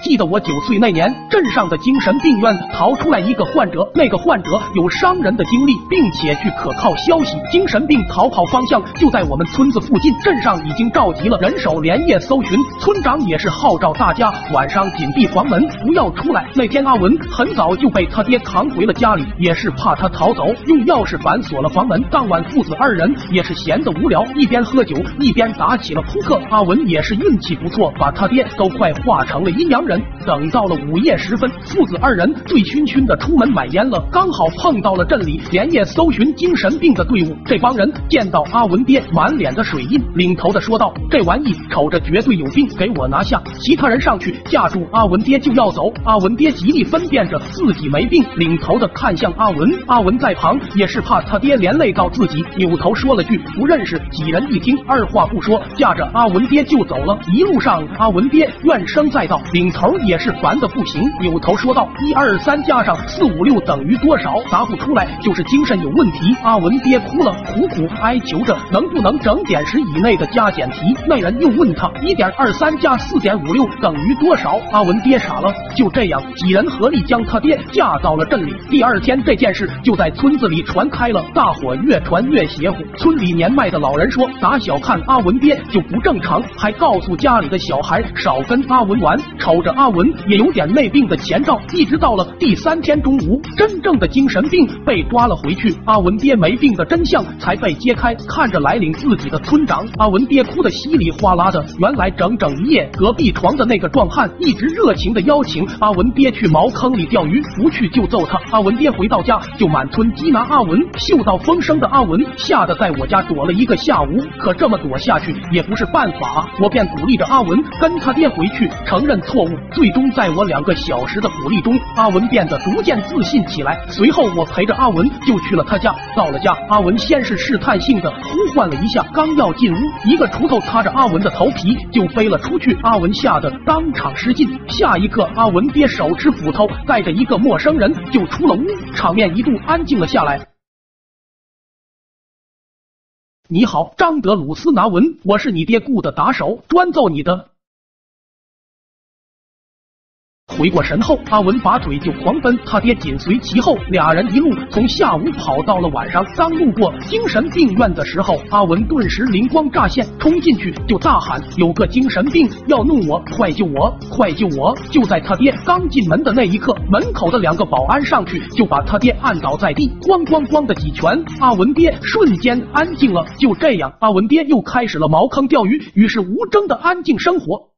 记得我9岁那年，镇上的精神病院逃出来一个患者，那个患者有伤人的经历，并且据可靠消息，精神病逃跑方向就在我们村子附近。镇上已经召集了人手，连夜搜寻，村长也是号召大家晚上紧闭房门，不要出来。那天阿文很早就被他爹扛回了家里，也是怕他逃走，用钥匙反锁了房门。当晚父子二人也是闲得无聊，一边喝酒一边打起了扑克。阿文也是运气不错，把他爹都快化成了阴阳人。等到了午夜时分，父子二人醉醺醺的出门买烟了，刚好碰到了镇里连夜搜寻精神病的队伍。这帮人见到阿文爹满脸的水印，领头的说道：“这玩意瞅着绝对有病，给我拿下！”其他人上去架住阿文爹就要走。阿文爹极力分辨着自己没病，领头的看向阿文。阿文在旁也是怕他爹连累到自己，扭头说了句不认识。几人一听，二话不说，架着阿文爹就走了。一路上阿文爹怨声载道，领头也是烦得不行，扭头说道：“1、2、3加上4、5、6等于多少？”答不出来就是精神有问题。阿文爹哭了，苦苦哀求着能不能整点10以内的加减题。那人又问他1.23加4.56等于多少？阿文爹傻了。就这样，几人合力将他爹架到了镇里。第二天，这件事就在村子里传开了，大伙越传越邪乎。村里年迈的老人说，打小看阿文爹就不正常，还告诉家里的小孩少跟阿文玩，瞅着阿文也有点内病的前兆。一直到了第3天中午，真正的精神病被抓了回去，阿文爹没病的真相才被揭开。看着来领自己的村长，阿文爹哭得稀里哗啦的。原来整整一夜，隔壁床的那个壮汉一直热情的邀请阿文爹去茅坑里钓鱼，不去就揍他。阿文爹回到家就满村缉拿阿文，嗅到风声的阿文吓得在我家躲了1个下午。可这么躲下去也不是办法，我便鼓励着阿文跟他爹回去承认错误。最终在我2个小时的鼓励中，阿文变得逐渐自信起来。随后我陪着阿文就去了他家。到了家，阿文先是试探性的呼唤了一下，刚要进屋，一个锄头擦着阿文的头皮就飞了出去，阿文吓得当场失禁。下一刻，阿文爹手持斧头带着一个陌生人就出了屋，场面一度安静了下来。你好，张德鲁斯拿文，我是你爹雇的打手，专揍你的。回过神后，阿文拔腿就狂奔，他爹紧随其后，俩人一路从下午跑到了晚上。当路过精神病院的时候，阿文顿时灵光乍现，冲进去就大喊：“有个精神病要弄我，快救我，快救我！”就在他爹刚进门的那一刻，门口的2个保安上去就把他爹按倒在地，咣咣咣的几拳，阿文爹瞬间安静了。就这样，阿文爹又开始了茅坑钓鱼，与世无争的安静生活。